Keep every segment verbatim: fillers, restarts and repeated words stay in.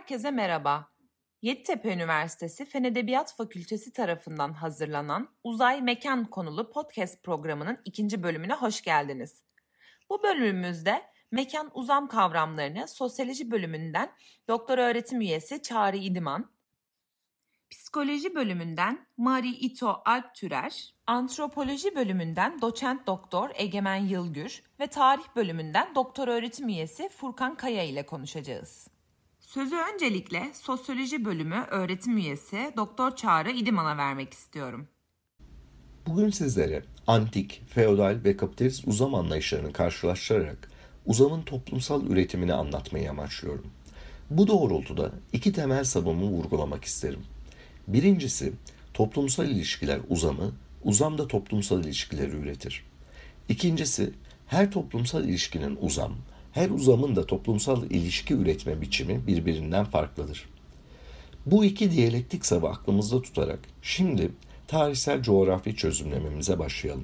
Herkese merhaba. Yeditepe Üniversitesi Fen Edebiyat Fakültesi tarafından hazırlanan Uzay Mekan konulu podcast programının ikinci bölümüne hoş geldiniz. Bu bölümümüzde mekan uzam kavramlarını sosyoloji bölümünden doktor öğretim üyesi Çağrı İdiman, psikoloji bölümünden Mari Ito Alptürer, antropoloji bölümünden doçent doktor Egemen Yılgür ve tarih bölümünden doktor öğretim üyesi Furkan Kaya ile konuşacağız. Sözü öncelikle sosyoloji bölümü öğretim üyesi Doktor Çağrı İdiman'a vermek istiyorum. Bugün sizlere antik, feodal ve kapitalist uzam anlayışlarını karşılaştırarak uzamın toplumsal üretimini anlatmayı amaçlıyorum. Bu doğrultuda iki temel savımı vurgulamak isterim. Birincisi, toplumsal ilişkiler uzamı, uzam da toplumsal ilişkileri üretir. İkincisi, her toplumsal ilişkinin uzam, her uzamın da toplumsal ilişki üretme biçimi birbirinden farklıdır. Bu iki diyalektik savı aklımızda tutarak şimdi tarihsel coğrafi çözümlememize başlayalım.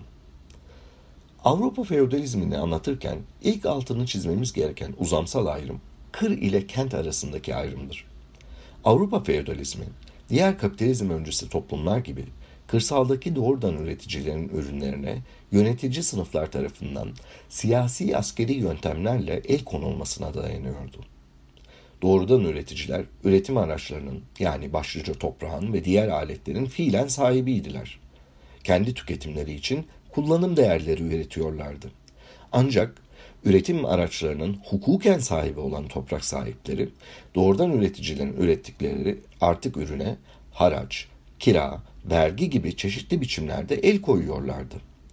Avrupa feodalizmini anlatırken ilk altını çizmemiz gereken uzamsal ayrım, kır ile kent arasındaki ayrımdır. Avrupa feodalizmi, diğer kapitalizm öncesi toplumlar gibi kırsaldaki doğrudan üreticilerin ürünlerine yönetici sınıflar tarafından siyasi askeri yöntemlerle el konulmasına dayanıyordu. Doğrudan üreticiler, üretim araçlarının yani başlıca toprağın ve diğer aletlerin fiilen sahibiydiler. Kendi tüketimleri için kullanım değerleri üretiyorlardı. Ancak üretim araçlarının hukuken sahibi olan toprak sahipleri, doğrudan üreticilerin ürettikleri artık ürüne haraç, kira, vergi gibi çeşitli biçimlerde el koyuyorlardı.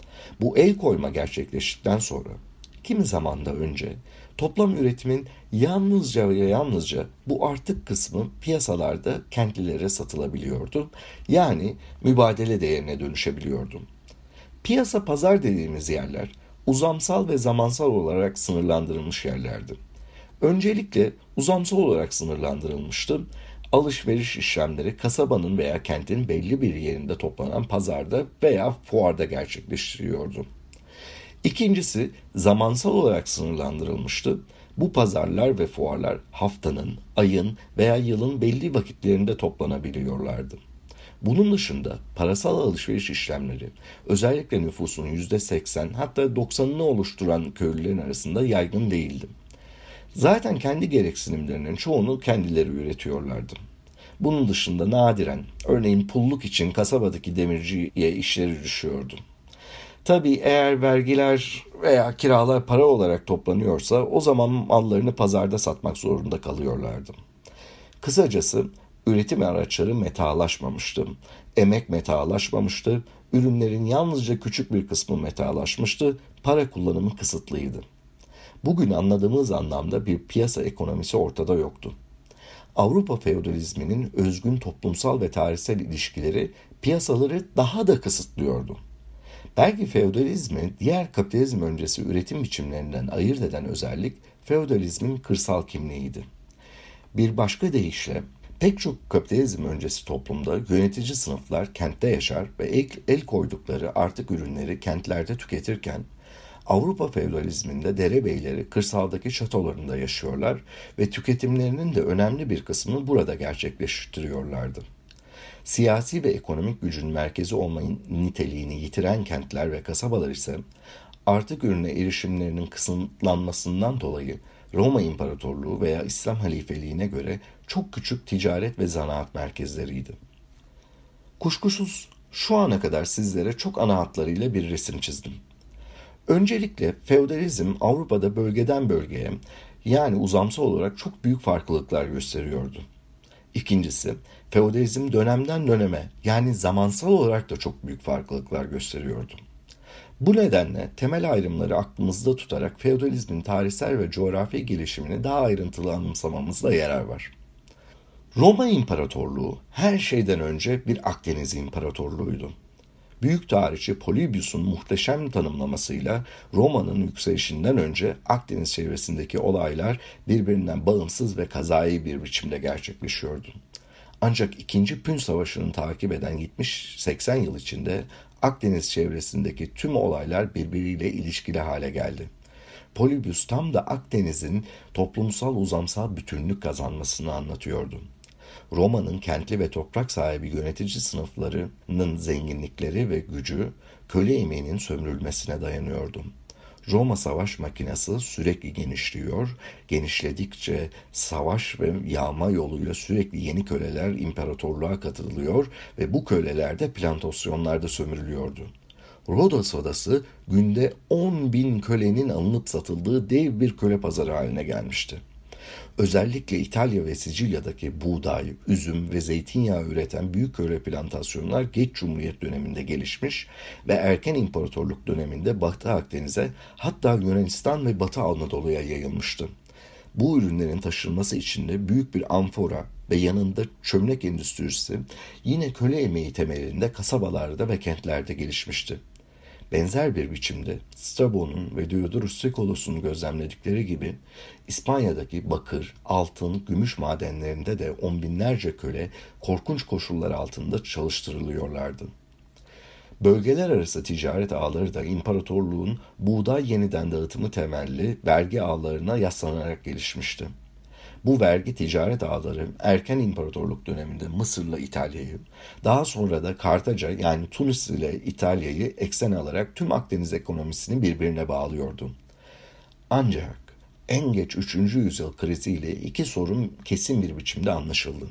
Bu el koyma gerçekleştikten sonra, kimi zamanda önce toplam üretimin yalnızca ve yalnızca bu artık kısmı piyasalarda kentlilere satılabiliyordu. Yani mübadele değerine dönüşebiliyordu. Piyasa pazar dediğimiz yerler uzamsal ve zamansal olarak sınırlandırılmış yerlerdi. Öncelikle uzamsal olarak sınırlandırılmıştı. Alışveriş işlemleri kasabanın veya kentin belli bir yerinde toplanan pazarda veya fuarda gerçekleştiriyordu. İkincisi zamansal olarak sınırlandırılmıştı. Bu pazarlar ve fuarlar haftanın, ayın veya yılın belli vakitlerinde toplanabiliyorlardı. Bunun dışında parasal alışveriş işlemleri özellikle nüfusun yüzde seksen hatta doksanını oluşturan köylülerin arasında yaygın değildi. Zaten kendi gereksinimlerinin çoğunu kendileri üretiyorlardı. Bunun dışında nadiren, örneğin pulluk için kasabadaki demirciye işleri düşüyordu. Tabii eğer vergiler veya kiralar para olarak toplanıyorsa o zaman mallarını pazarda satmak zorunda kalıyorlardı. Kısacası üretim araçları metalaşmamıştı, emek metalaşmamıştı, ürünlerin yalnızca küçük bir kısmı metalaşmıştı, para kullanımı kısıtlıydı. Bugün anladığımız anlamda bir piyasa ekonomisi ortada yoktu. Avrupa feodalizminin özgün toplumsal ve tarihsel ilişkileri piyasaları daha da kısıtlıyordu. Belki feodalizmi diğer kapitalizm öncesi üretim biçimlerinden ayırt eden özellik feodalizmin kırsal kimliğiydi. Bir başka deyişle pek çok kapitalizm öncesi toplumda yönetici sınıflar kentte yaşar ve el, el koydukları artık ürünleri kentlerde tüketirken Avrupa feodalizminde derebeyleri kırsaldaki şatolarında yaşıyorlar ve tüketimlerinin de önemli bir kısmını burada gerçekleştiriyorlardı. Siyasi ve ekonomik gücün merkezi olmanın niteliğini yitiren kentler ve kasabalar ise artık ürüne erişimlerinin kısıtlanmasından dolayı Roma İmparatorluğu veya İslam halifeliğine göre çok küçük ticaret ve zanaat merkezleriydi. Kuşkusuz şu ana kadar sizlere çok ana hatlarıyla bir resim çizdim. Öncelikle feodalizm Avrupa'da bölgeden bölgeye yani uzamsal olarak çok büyük farklılıklar gösteriyordu. İkincisi, feodalizm dönemden döneme yani zamansal olarak da çok büyük farklılıklar gösteriyordu. Bu nedenle temel ayrımları aklımızda tutarak feodalizmin tarihsel ve coğrafi gelişimini daha ayrıntılı anımsamamızda yarar var. Roma İmparatorluğu her şeyden önce bir Akdeniz İmparatorluğuydu. Büyük tarihçi Polybius'un muhteşem tanımlamasıyla Roma'nın yükselişinden önce Akdeniz çevresindeki olaylar birbirinden bağımsız ve kazayı bir biçimde gerçekleşiyordu. Ancak ikinci. Pün Savaşı'nı takip eden yetmiş seksen yıl içinde Akdeniz çevresindeki tüm olaylar birbiriyle ilişkili hale geldi. Polybüs tam da Akdeniz'in toplumsal uzamsal bütünlük kazanmasını anlatıyordu. Roma'nın kentli ve toprak sahibi yönetici sınıflarının zenginlikleri ve gücü köle emeğinin sömürülmesine dayanıyordu. Roma savaş makinesi sürekli genişliyor, genişledikçe savaş ve yağma yoluyla sürekli yeni köleler imparatorluğa katılıyor ve bu köleler de plantasyonlarda sömürülüyordu. Rodos adası günde on bin kölenin alınıp satıldığı dev bir köle pazarı haline gelmişti. Özellikle İtalya ve Sicilya'daki buğday, üzüm ve zeytinyağı üreten büyük köle plantasyonlar geç Cumhuriyet döneminde gelişmiş ve erken imparatorluk döneminde Batı Akdeniz'e, hatta Yunanistan ve Batı Anadolu'ya yayılmıştı. Bu ürünlerin taşınması için de büyük bir amfora ve yanında çömlek endüstrisi yine köle emeği temelinde kasabalarda ve kentlerde gelişmişti. Benzer bir biçimde Strabo'nun ve Diodorus Sicullus'un gözlemledikleri gibi İspanya'daki bakır, altın, gümüş madenlerinde de on binlerce köle korkunç koşullar altında çalıştırılıyorlardı. Bölgeler arası ticaret ağları da imparatorluğun buğday yeniden dağıtımı temelli vergi ağlarına yaslanarak gelişmişti. Bu vergi ticaret ağları erken imparatorluk döneminde Mısır'la İtalya'yı, daha sonra da Kartaca yani Tunus ile İtalya'yı eksen alarak tüm Akdeniz ekonomisini birbirine bağlıyordu. Ancak en geç üçüncü yüzyıl kriziyle iki sorun kesin bir biçimde anlaşıldı.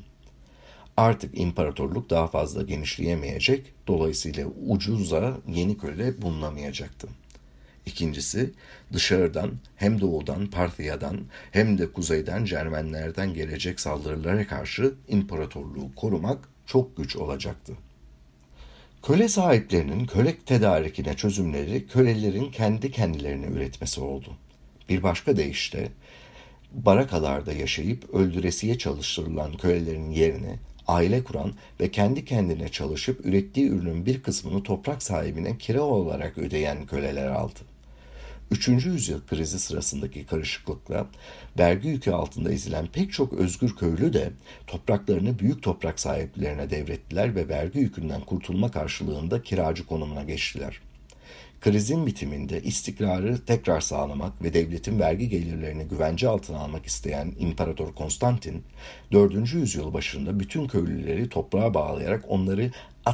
Artık imparatorluk daha fazla genişleyemeyecek, dolayısıyla ucuza yeni köle bulunamayacaktı. İkincisi, dışarıdan hem doğudan Parthiya'dan hem de kuzeyden Cermenlerden gelecek saldırılara karşı imparatorluğu korumak çok güç olacaktı. Köle sahiplerinin köle tedarikine çözümleri kölelerin kendi kendilerini üretmesi oldu. Bir başka deyişle, barakalarda yaşayıp öldüresiye çalıştırılan kölelerin yerine aile kuran ve kendi kendine çalışıp ürettiği ürünün bir kısmını toprak sahibine kira olarak ödeyen köleler aldı. Üçüncü yüzyıl krizi sırasındaki karışıklıkla vergi yükü altında ezilen pek çok özgür köylü de topraklarını büyük toprak sahiplerine devrettiler ve vergi yükünden kurtulma karşılığında kiracı konumuna geçtiler. Krizin bitiminde istikrarı tekrar sağlamak ve devletin vergi gelirlerini güvence altına almak isteyen İmparator Konstantin, dördüncü yüzyıl başında bütün köylüleri toprağa bağlayarak onları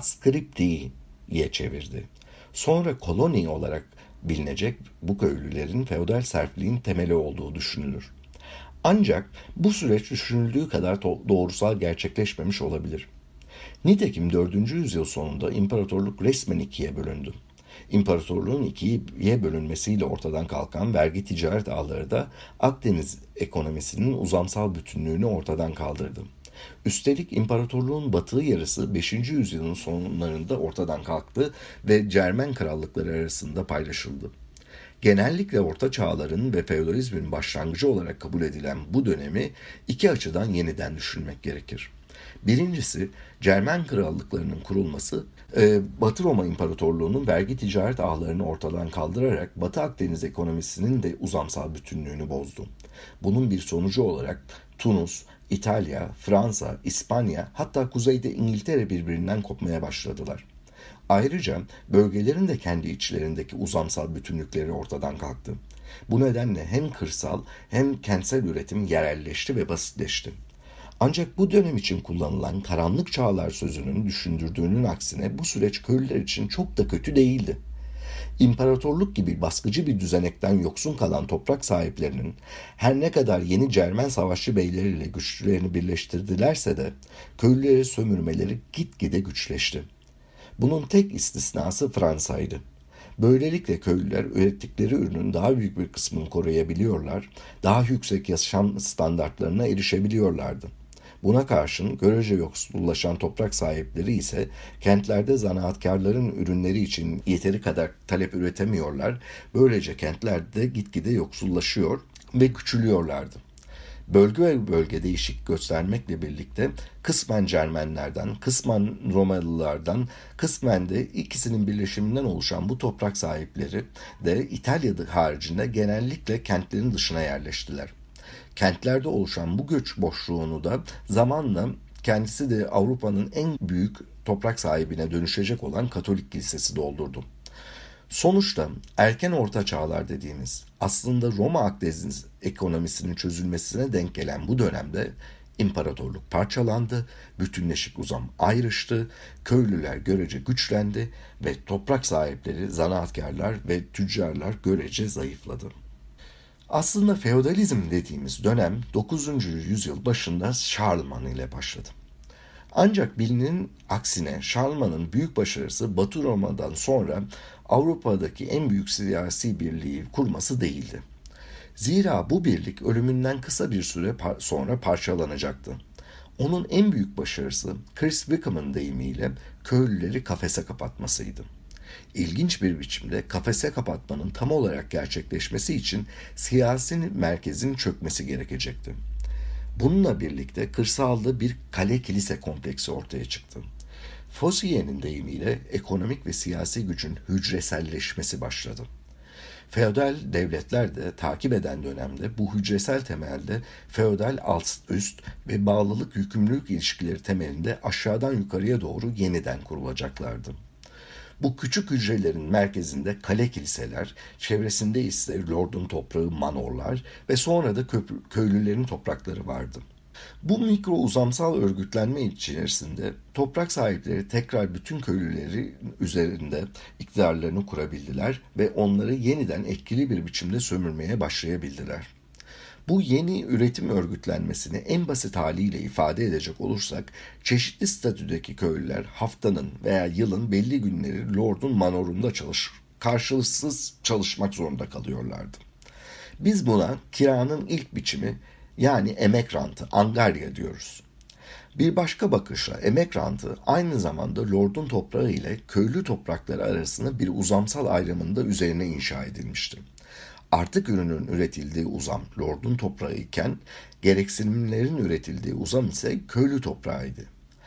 adscripti'ye çevirdi. Sonra koloni olarak bilinecek bu köylülerin feodal serfliğin temeli olduğu düşünülür. Ancak bu süreç düşünüldüğü kadar doğrusal gerçekleşmemiş olabilir. Nitekim dördüncü yüzyıl sonunda imparatorluk resmen ikiye bölündü. İmparatorluğun ikiye bölünmesiyle ortadan kalkan vergi ticaret ağları da Akdeniz ekonomisinin uzamsal bütünlüğünü ortadan kaldırdı. Üstelik imparatorluğun batı yarısı beşinci yüzyılın sonlarında ortadan kalktı ve Cermen krallıkları arasında paylaşıldı. Genellikle Orta Çağların ve feodalizmin başlangıcı olarak kabul edilen bu dönemi iki açıdan yeniden düşünmek gerekir. Birincisi, Cermen krallıklarının kurulması, Batı Roma İmparatorluğu'nun vergi ticaret ağlarını ortadan kaldırarak Batı Akdeniz ekonomisinin de uzamsal bütünlüğünü bozdu. Bunun bir sonucu olarak Tunus, İtalya, Fransa, İspanya, hatta kuzeyde İngiltere birbirinden kopmaya başladılar. Ayrıca bölgelerin de kendi içlerindeki uzamsal bütünlükleri ortadan kalktı. Bu nedenle hem kırsal hem kentsel üretim yerelleşti ve basitleşti. Ancak bu dönem için kullanılan karanlık çağlar sözünün düşündürdüğünün aksine bu süreç köylüler için çok da kötü değildi. İmparatorluk gibi baskıcı bir düzenekten yoksun kalan toprak sahiplerinin her ne kadar yeni Cermen savaşçı beyleriyle güçlerini birleştirdilerse de köylüleri sömürmeleri gitgide güçleşti. Bunun tek istisnası Fransa'ydı. Böylelikle köylüler ürettikleri ürünün daha büyük bir kısmını koruyabiliyorlar, daha yüksek yaşam standartlarına erişebiliyorlardı. Buna karşın görece yoksullaşan toprak sahipleri ise kentlerde zanaatkarların ürünleri için yeteri kadar talep üretemiyorlar. Böylece kentlerde gitgide yoksullaşıyor ve küçülüyorlardı. Bölge ve bölge değişik göstermekle birlikte kısmen Cermenlerden, kısmen Romalılardan, kısmen de ikisinin birleşiminden oluşan bu toprak sahipleri de İtalya'da haricinde genellikle kentlerin dışına yerleştiler. Kentlerde oluşan bu göç boşluğunu da zamanla kendisi de Avrupa'nın en büyük toprak sahibine dönüşecek olan Katolik Kilisesi doldurdu. Sonuçta erken orta çağlar dediğimiz aslında Roma Akdeniz ekonomisinin çözülmesine denk gelen bu dönemde imparatorluk parçalandı, bütünleşik uzam ayrıştı, köylüler görece güçlendi ve toprak sahipleri, zanaatkarlar ve tüccarlar görece zayıfladı. Aslında feodalizm dediğimiz dönem dokuzuncu yüzyıl başında Şarlman ile başladı. Ancak bilinenin aksine Şarlman'ın büyük başarısı Batı Roma'dan sonra Avrupa'daki en büyük siyasi birliği kurması değildi. Zira bu birlik ölümünden kısa bir süre sonra parçalanacaktı. Onun en büyük başarısı Chris Wickham'ın deyimiyle köylüleri kafese kapatmasıydı. İlginç bir biçimde kafese kapatmanın tam olarak gerçekleşmesi için siyasi merkezin çökmesi gerekecekti. Bununla birlikte kırsalda bir kale kilise kompleksi ortaya çıktı. Fossier'in deyimiyle ekonomik ve siyasi gücün hücreselleşmesi başladı. Feodal devletler de takip eden dönemde bu hücresel temelde feodal alt üst ve bağlılık yükümlülük ilişkileri temelinde aşağıdan yukarıya doğru yeniden kurulacaklardı. Bu küçük hücrelerin merkezinde kale kiliseler, çevresinde ise lordun toprağı manorlar ve sonra da köylülerin toprakları vardı. Bu mikro uzamsal örgütlenme içerisinde toprak sahipleri tekrar bütün köylüleri üzerinde iktidarlarını kurabildiler ve onları yeniden etkili bir biçimde sömürmeye başlayabildiler. Bu yeni üretim örgütlenmesini en basit haliyle ifade edecek olursak, çeşitli statüdeki köylüler haftanın veya yılın belli günleri lordun manorunda çalışır, karşılıksız çalışmak zorunda kalıyorlardı. Biz buna kiranın ilk biçimi, yani emek rantı, angarya diyoruz. Bir başka bakışla emek rantı aynı zamanda lordun toprağı ile köylü toprakları arasında bir uzamsal ayrımında üzerine inşa edilmişti. Artık ürünün üretildiği uzam lordun toprağı iken gereksinimlerin üretildiği uzam ise köylü toprağıydı.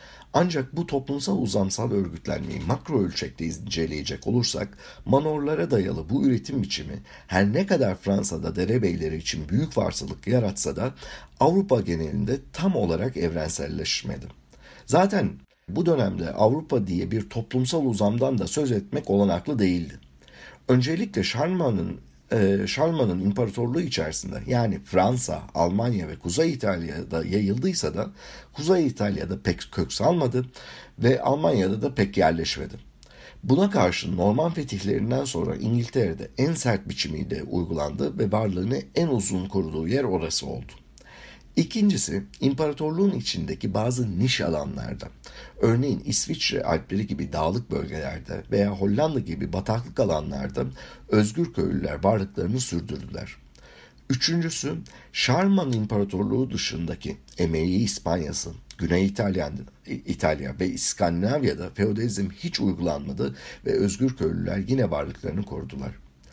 Ancak bu toplumsal uzamsal örgütlenmeyi makro ölçekte inceleyecek olursak, manorlara dayalı bu üretim biçimi her ne kadar Fransa'da derebeyleri için büyük varsılık yaratsa da Avrupa genelinde tam olarak evrenselleşmedi. Zaten bu dönemde Avrupa diye bir toplumsal uzamdan da söz etmek olanaklı değildi. Öncelikle Şarlman'ın Şarlman'ın imparatorluğu içerisinde, yani Fransa, Almanya ve Kuzey İtalya'da yayıldıysa da Kuzey İtalya'da pek kök salmadı ve Almanya'da da pek yerleşmedi. Buna karşın Norman fetihlerinden sonra İngiltere'de en sert biçimiyle uygulandı ve varlığını en uzun koruduğu yer orası oldu. İkincisi, imparatorluğun içindeki bazı niş alanlarda, örneğin İsviçre Alpleri gibi dağlık bölgelerde veya Hollanda gibi bataklık alanlarda özgür köylüler varlıklarını sürdürdüler. Üçüncüsü, Şarlman İmparatorluğu dışındaki Emeği İspanyası, Güney İtalya, İtalya ve İskandinavya'da feodalizm hiç uygulanmadı ve özgür köylüler yine varlıklarını korudular.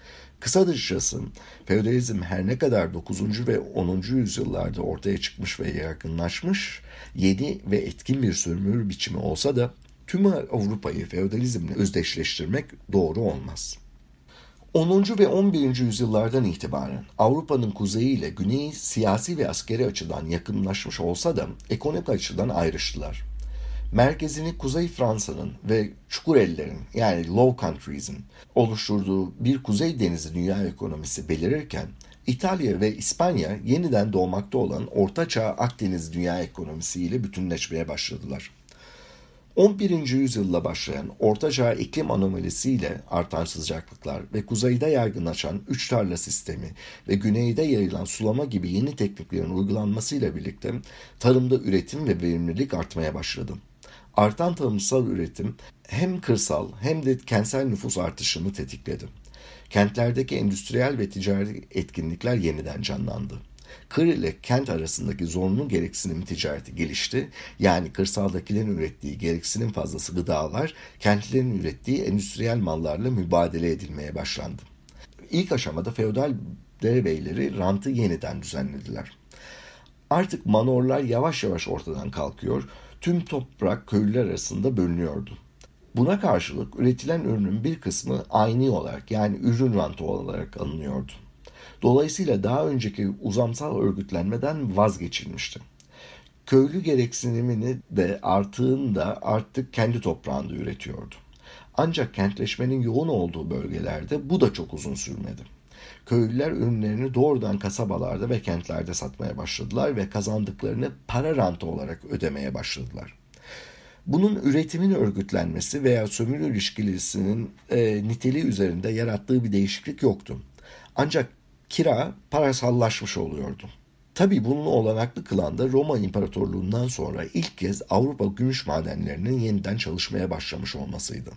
Kısacası feodalizm her ne kadar dokuzuncu ve onuncu yüzyıllarda ortaya çıkmış ve yaygınlaşmış, yeni ve etkin bir sömürü biçimi olsa da tüm Avrupa'yı feodalizmle özdeşleştirmek doğru olmaz. onuncu ve on birinci yüzyıllardan itibaren Avrupa'nın kuzeyi ile güneyi siyasi ve askeri açıdan yakınlaşmış olsa da ekonomik açıdan ayrıştılar. Merkezini Kuzey Fransa'nın ve Çukurellerin, yani Low Countries'in oluşturduğu bir Kuzey Denizi dünya ekonomisi belirirken, İtalya ve İspanya yeniden doğmakta olan Orta Çağ Akdeniz dünya ekonomisiyle bütünleşmeye başladılar. on birinci yüzyılla başlayan Orta Çağ iklim anomalisiyle artan sıcaklıklar ve kuzeyde yaygınlaşan üç tarla sistemi ve güneyde yayılan sulama gibi yeni tekniklerin uygulanmasıyla birlikte tarımda üretim ve verimlilik artmaya başladı. Artan tarımsal üretim hem kırsal hem de kentsel nüfus artışını tetikledi. Kentlerdeki endüstriyel ve ticari etkinlikler yeniden canlandı. Kır ile kent arasındaki zorunlu gereksinim ticareti gelişti. Yani kırsaldakilerin ürettiği gereksinim fazlası gıdalar, kentlilerin ürettiği endüstriyel mallarla mübadele edilmeye başlandı. İlk aşamada feodal derebeyleri rantı yeniden düzenlediler. Artık manorlar yavaş yavaş ortadan kalkıyor, tüm toprak köylüler arasında bölünüyordu. Buna karşılık üretilen ürünün bir kısmı ayni olarak, yani ürün rantı olarak alınıyordu. Dolayısıyla daha önceki uzamsal örgütlenmeden vazgeçilmişti. Köylü gereksinimini de artığını da artık kendi toprağında üretiyordu. Ancak kentleşmenin yoğun olduğu bölgelerde bu da çok uzun sürmedi. Köylüler ürünlerini doğrudan kasabalarda ve kentlerde satmaya başladılar ve kazandıklarını para rantı olarak ödemeye başladılar. Bunun üretimin örgütlenmesi veya sömürü ilişkilisinin e, niteliği üzerinde yarattığı bir değişiklik yoktu. Ancak kira parasallaşmış oluyordu. Tabii bunu olanaklı kılan da Roma İmparatorluğu'ndan sonra ilk kez Avrupa gümüş madenlerinin yeniden çalışmaya başlamış olmasıydı.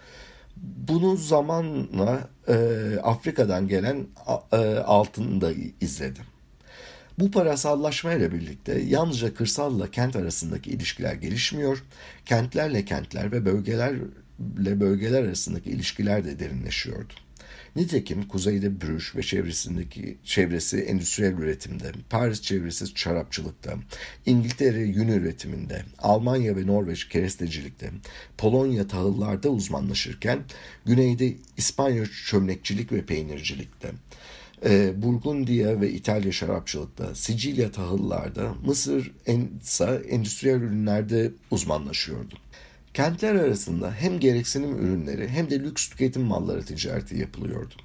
Bunu zamanla e, Afrika'dan gelen e, altını da izledi. Bu parasallaşmayla birlikte yalnızca kırsalla kent arasındaki ilişkiler gelişmiyor, kentlerle kentler ve bölgelerle bölgeler arasındaki ilişkiler de derinleşiyordu. Nitekim kuzeyde Brüj ve çevresindeki çevresi endüstriyel üretimde, Paris çevresi şarapçılıkta, İngiltere yün üretiminde, Almanya ve Norveç kerestecilikte, Polonya tahıllarda uzmanlaşırken, güneyde İspanya çömlekçilik ve peynircilikte, e, Burgundiya ve İtalya şarapçılıkta, Sicilya tahıllarda, Mısır ise endüstriyel ürünlerde uzmanlaşıyordu. Kentler arasında hem gereksinim ürünleri hem de lüks tüketim malları ticareti yapılıyordu.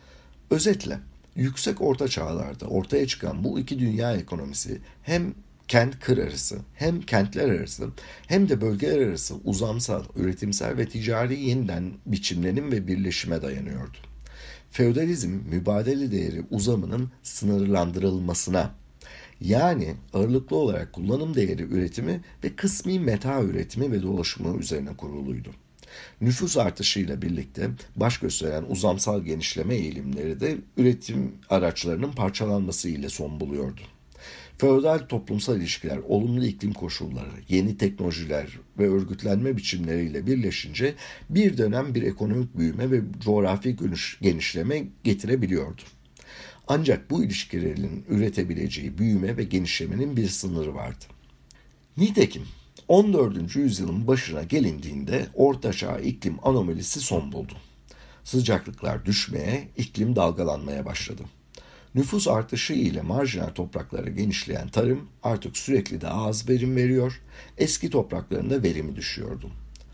Özetle yüksek orta çağlarda ortaya çıkan bu iki dünya ekonomisi hem kent-kır arası hem kentler arası hem de bölgeler arası uzamsal, üretimsel ve ticari yeniden biçimlenim ve birleşime dayanıyordu. Feodalizm mübadele değeri uzamının sınırlandırılmasına, yani ağırlıklı olarak kullanım değeri üretimi ve kısmi meta üretimi ve dolaşımı üzerine kuruluydu. Nüfus artışıyla birlikte baş gösteren uzamsal genişleme eğilimleri de üretim araçlarının parçalanması ile son buluyordu. Feodal toplumsal ilişkiler, olumlu iklim koşulları, yeni teknolojiler ve örgütlenme biçimleriyle birleşince bir dönem bir ekonomik büyüme ve coğrafi genişleme getirebiliyordu. Ancak bu ilişkilerin üretebileceği büyüme ve genişlemenin bir sınırı vardı. Nitekim on dördüncü yüzyılın başına gelindiğinde ortaçağ iklim anomalisi son buldu. Sıcaklıklar düşmeye, iklim dalgalanmaya başladı. Nüfus artışı ile marjinal topraklara genişleyen tarım artık sürekli daha az verim veriyor, eski topraklarında verimi düşüyordu.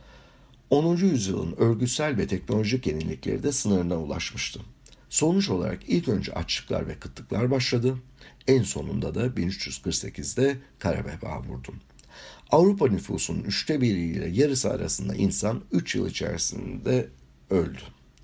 onuncu yüzyılın örgütsel ve teknolojik yenilikleri de sınırına ulaşmıştı. Sonuç olarak ilk önce açlıklar ve kıtlıklar başladı, en sonunda da bin üç yüz kırk sekizde kara veba vurdu. Avrupa nüfusunun üçte biriyle yarısı arasında insan üç yıl içerisinde öldü.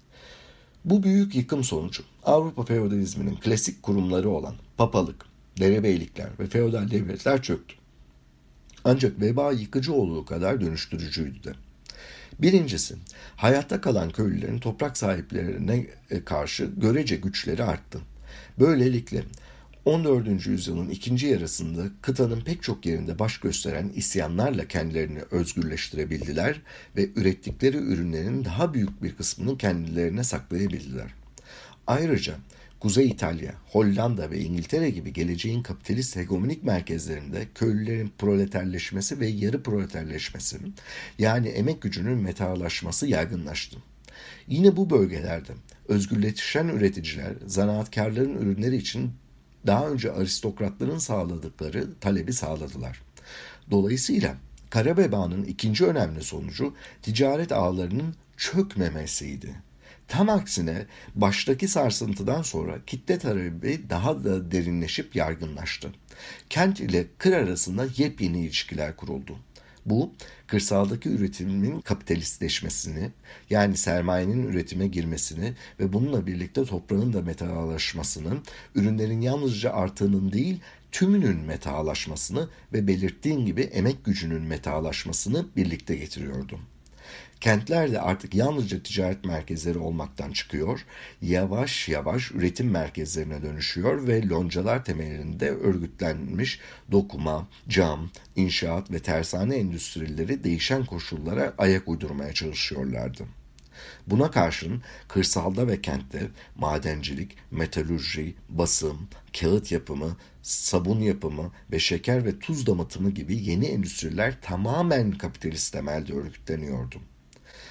Bu büyük yıkım sonucu Avrupa feodalizminin klasik kurumları olan papalık, derebeylikler ve feodal devletler çöktü. Ancak veba yıkıcı olduğu kadar dönüştürücüydü de. Birincisi, hayatta kalan köylülerin toprak sahiplerine karşı görece güçleri arttı. Böylelikle on dördüncü yüzyılın ikinci yarısında kıtanın pek çok yerinde baş gösteren isyanlarla kendilerini özgürleştirebildiler ve ürettikleri ürünlerin daha büyük bir kısmını kendilerine saklayabildiler. Ayrıca Kuzey İtalya, Hollanda ve İngiltere gibi geleceğin kapitalist hegemonik merkezlerinde köylülerin proleterleşmesi ve yarı proleterleşmesi, yani emek gücünün metalaşması yaygınlaştı. Yine bu bölgelerde özgürleşen üreticiler, zanaatkarların ürünleri için daha önce aristokratların sağladıkları talebi sağladılar. Dolayısıyla kara vebanın ikinci önemli sonucu ticaret ağlarının çökmemesiydi. Tam aksine baştaki sarsıntıdan sonra kitle talebi daha da derinleşip yaygınlaştı. Kent ile kır arasında yepyeni ilişkiler kuruldu. Bu, kırsaldaki üretimin kapitalistleşmesini, yani sermayenin üretime girmesini ve bununla birlikte toprağın da metalaşmasının, ürünlerin yalnızca artığının değil, tümünün metalaşmasını ve belirttiğim gibi emek gücünün metalaşmasını birlikte getiriyordu. Kentler de artık yalnızca ticaret merkezleri olmaktan çıkıyor, yavaş yavaş üretim merkezlerine dönüşüyor ve loncalar temelinde örgütlenmiş dokuma, cam, inşaat ve tersane endüstrileri değişen koşullara ayak uydurmaya çalışıyorlardı. Buna karşın kırsalda ve kentte madencilik, metalürji, basım, kağıt yapımı, sabun yapımı ve şeker ve tuz damıtımı gibi yeni endüstriler tamamen kapitalist temelde örgütleniyordu.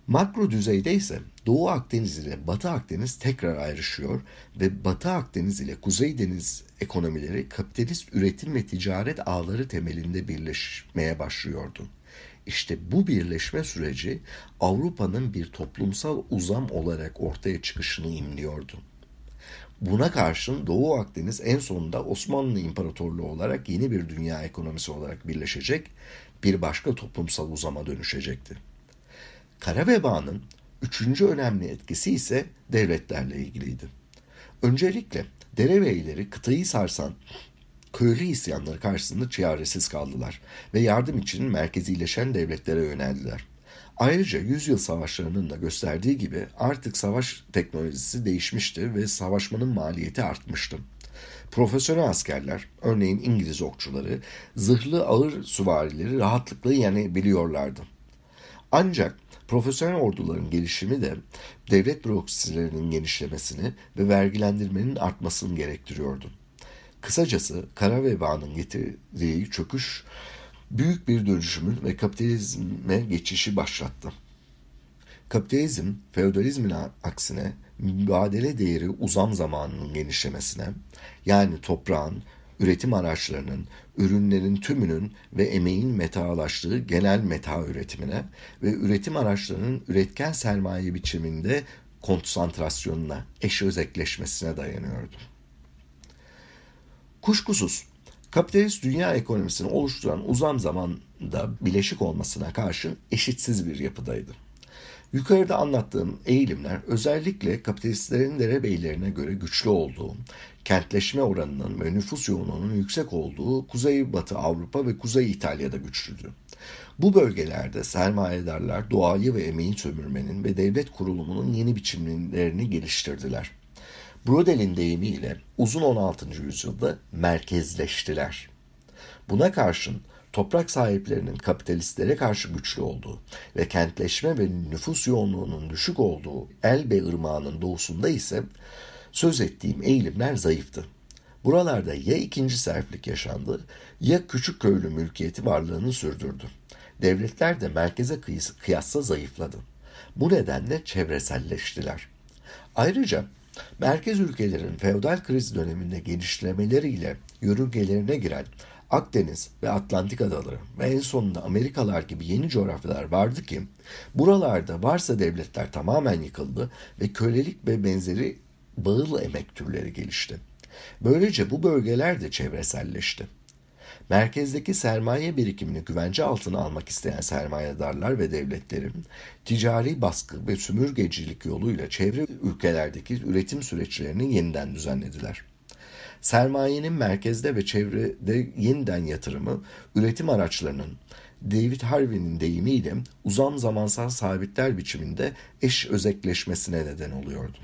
Makro düzeyde ise Doğu Akdeniz ile Batı Akdeniz tekrar ayrışıyor ve Batı Akdeniz ile Kuzey Deniz ekonomileri kapitalist üretim ve ticaret ağları temelinde birleşmeye başlıyordu. İşte bu birleşme süreci Avrupa'nın bir toplumsal uzam olarak ortaya çıkışını imliyordu. Buna karşın Doğu Akdeniz en sonunda Osmanlı İmparatorluğu olarak yeni bir dünya ekonomisi olarak birleşecek, bir başka toplumsal uzama dönüşecekti. Kara vebanın üçüncü önemli etkisi ise devletlerle ilgiliydi. Öncelikle derebeyleri kıtayı sarsan köylü isyanları karşısında çaresiz kaldılar ve yardım için merkezileşen devletlere yöneldiler. Ayrıca yüzyıl savaşlarının da gösterdiği gibi artık savaş teknolojisi değişmişti ve savaşmanın maliyeti artmıştı. Profesyonel askerler, örneğin İngiliz okçuları, zırhlı ağır süvarileri rahatlıkla yenebiliyorlardı. Ancak profesyonel orduların gelişimi de devlet bürokrasilerinin genişlemesini ve vergilendirmenin artmasını gerektiriyordu. Kısacası kara vebanın getirdiği çöküş büyük bir dönüşümün ve kapitalizme geçişi başlattı. Kapitalizm, feodalizmin aksine mübadele değeri uzam zamanının genişlemesine, yani toprağın, üretim araçlarının, ürünlerin tümünün ve emeğin metalaştığı genel meta üretimine ve üretim araçlarının üretken sermaye biçiminde konsantrasyonuna, eş özekleşmesine dayanıyordu. Kuşkusuz, kapitalist dünya ekonomisini oluşturan uzam zamanda bileşik olmasına karşın eşitsiz bir yapıdaydı. Yukarıda anlattığım eğilimler özellikle kapitalistlerin derebeylerine göre güçlü olduğu, kentleşme oranının ve nüfus yoğunluğunun yüksek olduğu Kuzeybatı Avrupa ve Kuzey İtalya'da güçlüydü. Bu bölgelerde sermayedarlar doğayı ve emeği sömürmenin ve devlet kurulumunun yeni biçimlerini geliştirdiler. Brodel'in deyimiyle uzun on altıncı yüzyılda merkezleştiler. Buna karşın toprak sahiplerinin kapitalistlere karşı güçlü olduğu ve kentleşme ve nüfus yoğunluğunun düşük olduğu Elbe Irmağı'nın doğusunda ise söz ettiğim eğilimler zayıftı. Buralarda ya ikinci serflik yaşandı ya küçük köylü mülkiyeti varlığını sürdürdü. Devletler de merkeze kıyasla zayıfladı. Bu nedenle çevreselleştiler. Ayrıca merkez ülkelerin feodal kriz döneminde genişlemeleriyle yörüngelerine giren Akdeniz ve Atlantik adaları ve en sonunda Amerikalar gibi yeni coğrafyalar vardı ki buralarda varsa devletler tamamen yıkıldı ve kölelik ve benzeri bağıl emek türleri gelişti. Böylece bu bölgeler de çevreselleşti. Merkezdeki sermaye birikimini güvence altına almak isteyen sermayedarlar ve devletlerin ticari baskı ve sömürgecilik yoluyla çevre ülkelerdeki üretim süreçlerini yeniden düzenlediler. Sermayenin merkezde ve çevrede yeniden yatırımı, üretim araçlarının David Harvey'nin deyimiyle uzam zamansal sabitler biçiminde eş özekleşmesine neden oluyordu.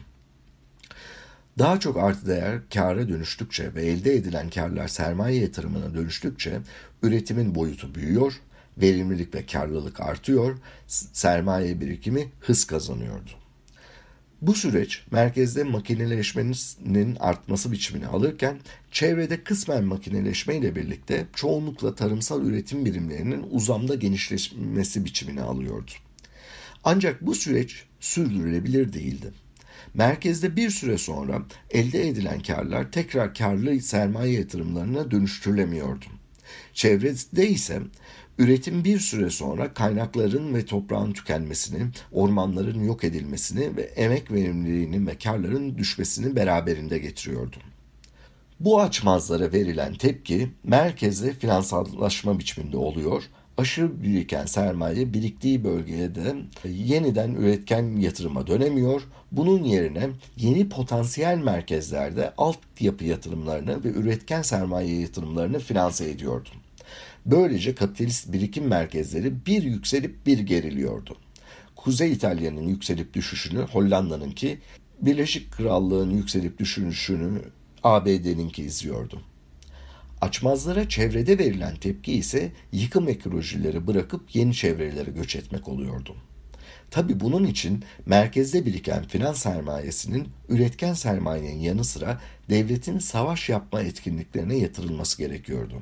Daha çok artı değer kâra dönüştükçe ve elde edilen kârlar sermaye yatırımına dönüştükçe üretimin boyutu büyüyor, verimlilik ve kârlılık artıyor, sermaye birikimi hız kazanıyordu. Bu süreç merkezde makineleşmenin artması biçimini alırken çevrede kısmen makineleşme ile birlikte çoğunlukla tarımsal üretim birimlerinin uzamda genişleşmesi biçimini alıyordu. Ancak bu süreç sürdürülebilir değildi. Merkezde bir süre sonra elde edilen kârlar tekrar kârlı sermaye yatırımlarına dönüştürülemiyordu. Çevrede ise üretim bir süre sonra kaynakların ve toprağın tükenmesini, ormanların yok edilmesini ve emek verimliliğinin ve kârların düşmesini beraberinde getiriyordu. Bu açmazlara verilen tepki merkeze finansallaşma biçiminde oluyor, aşırı biriken sermaye biriktiği bölgeye de yeniden üretken yatırıma dönemiyor, bunun yerine yeni potansiyel merkezlerde altyapı yatırımlarını ve üretken sermaye yatırımlarını finanse ediyordu. Böylece kapitalist birikim merkezleri bir yükselip bir geriliyordu. Kuzey İtalya'nın yükselip düşüşünü Hollanda'nınki, Birleşik Krallığın yükselip düşüşünü A B D'ninki izliyordu. Açmazlara çevrede verilen tepki ise yıkım ekolojileri bırakıp yeni çevrelere göç etmek oluyordu. Tabi bunun için merkezde biriken finans sermayesinin üretken sermayenin yanı sıra devletin savaş yapma etkinliklerine yatırılması gerekiyordu.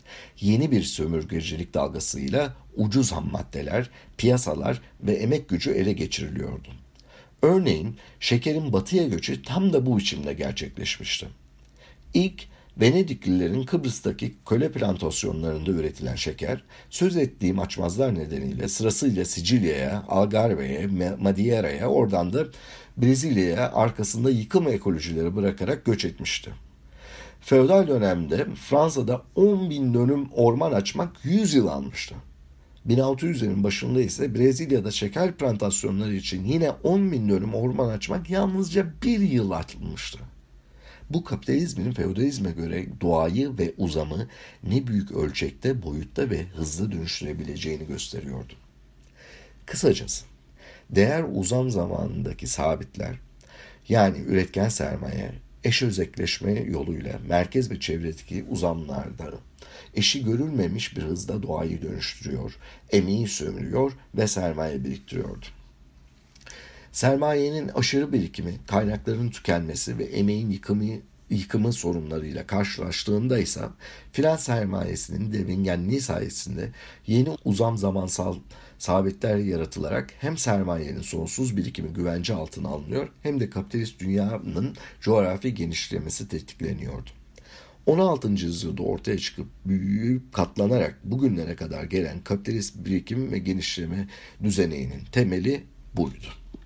Yeni bir sömürgecilik dalgasıyla ucuz ham maddeler, piyasalar ve emek gücü ele geçiriliyordu. Örneğin şekerin batıya göçü tam da bu biçimde gerçekleşmişti. İlk Venediklilerin Kıbrıs'taki köle plantasyonlarında üretilen şeker, söz ettiğim açmazlar nedeniyle sırasıyla Sicilya'ya, Algarve'ye, Madeira'ya, oradan da Brezilya'ya arkasında yıkım ekolojileri bırakarak göç etmişti. Feodal dönemde Fransa'da on bin dönüm orman açmak yüz yıl almıştı. bin altı yüzlerin başında ise Brezilya'da şeker plantasyonları için yine on bin dönüm orman açmak yalnızca bir yıl atılmıştı. Bu kapitalizmin feodalizme göre doğayı ve uzamı ne büyük ölçekte, boyutta ve hızlı dönüştürebileceğini gösteriyordu. Kısacası değer uzam zamanındaki sabitler, yani üretken sermaye, eş özekleşme yoluyla merkez ve çevredeki uzamlarda eşi görülmemiş bir hızda doğayı dönüştürüyor, emeği sömürüyor ve sermaye biriktiriyordu. Sermayenin aşırı birikimi, kaynakların tükenmesi ve emeğin yıkımı, yıkımı sorunlarıyla karşılaştığında ise finans sermayesinin devingenliği sayesinde yeni uzam zamansal sabitler yaratılarak hem sermayenin sonsuz birikimi güvence altına alınıyor hem de kapitalist dünyanın coğrafi genişlemesi tetikleniyordu. on altıncı yüzyılda ortaya çıkıp büyüyüp katlanarak bugünlere kadar gelen kapitalist birikim ve genişleme düzeninin temeli buydu.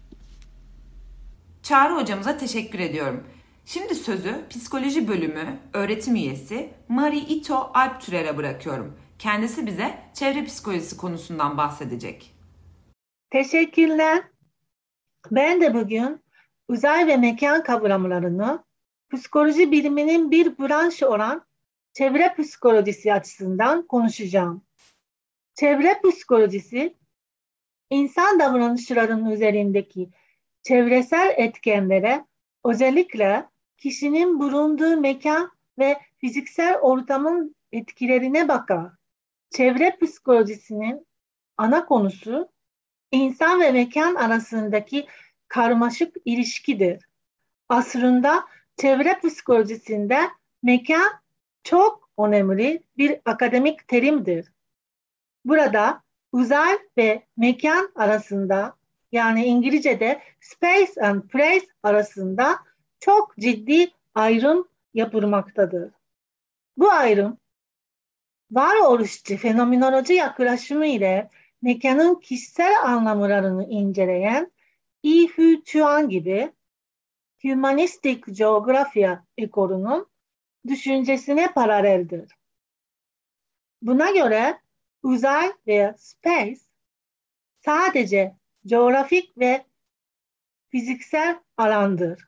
Çağrı hocamıza teşekkür ediyorum. Şimdi sözü psikoloji bölümü öğretim üyesi Marie Ito Alptürer'e bırakıyorum. Kendisi bize çevre psikolojisi konusundan bahsedecek. Teşekkürler. Ben de bugün uzay ve mekan kavramlarını psikoloji biliminin bir branşı olan çevre psikolojisi açısından konuşacağım. Çevre psikolojisi, insan davranışlarının üzerindeki çevresel etkenlere, özellikle kişinin bulunduğu mekan ve fiziksel ortamın etkilerine bakar. Çevre psikolojisinin ana konusu, insan ve mekan arasındaki karmaşık ilişkidir. Aslında çevre psikolojisinde mekan çok önemli bir akademik terimdir. Burada uzay ve mekan arasında, yani İngilizce'de space and place arasında çok ciddi ayrım yapılmaktadır. Bu ayrım, varoluşçu fenomenoloji yaklaşımı ile mekanın kişisel anlamlarını inceleyen Yi Hu Chuan gibi Humanistik Coğrafya ekolünün düşüncesine paraleldir. Buna göre uzay veya space sadece coğrafik ve fiziksel alandır.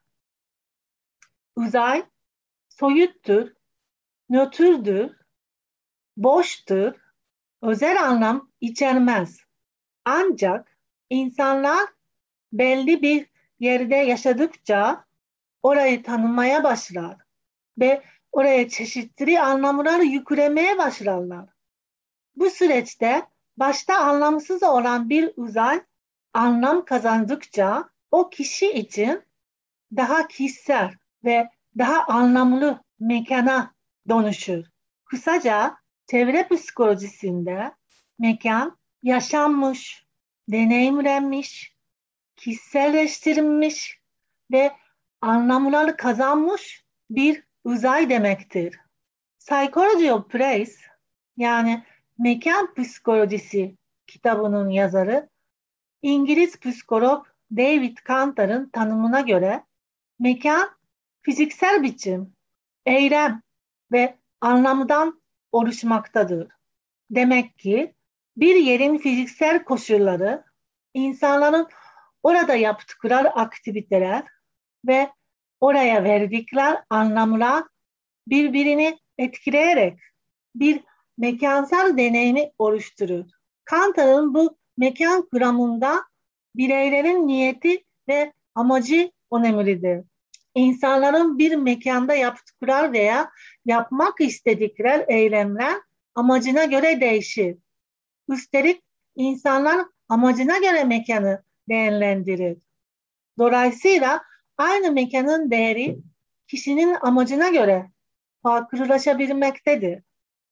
Uzay soyuttur, nötrdür, boştur, özel anlam içermez. Ancak insanlar belli bir yerde yaşadıkça orayı tanımaya başlar ve oraya çeşitli anlamlar yüklemeye başlarlar. Bu süreçte başta anlamsız olan bir uzay anlam kazandıkça o kişi için daha kişisel ve daha anlamlı mekana dönüşür. Kısaca çevre psikolojisinde mekan yaşanmış, deneyimlenmiş, kişiselleştirilmiş ve anlamları kazanmış bir uzay demektir. Psychology of Place, yani mekan psikolojisi kitabının yazarı İngiliz psikolog David Kantor'ın tanımına göre mekan fiziksel biçim, eylem ve anlamdan oluşmaktadır. Demek ki bir yerin fiziksel koşulları, insanların orada yaptıkları aktiviteler ve oraya verdikleri anlamlar birbirini etkileyerek bir mekansal deneyimi oluşturur. Kantor'un bu mekan kuramında bireylerin niyeti ve amacı önemlidir. İnsanların bir mekanda yaptıkları veya yapmak istedikleri eylemler amacına göre değişir. Üstelik insanlar amacına göre mekanı değerlendirir. Dolayısıyla aynı mekanın değeri kişinin amacına göre farklılaşabilmektedir.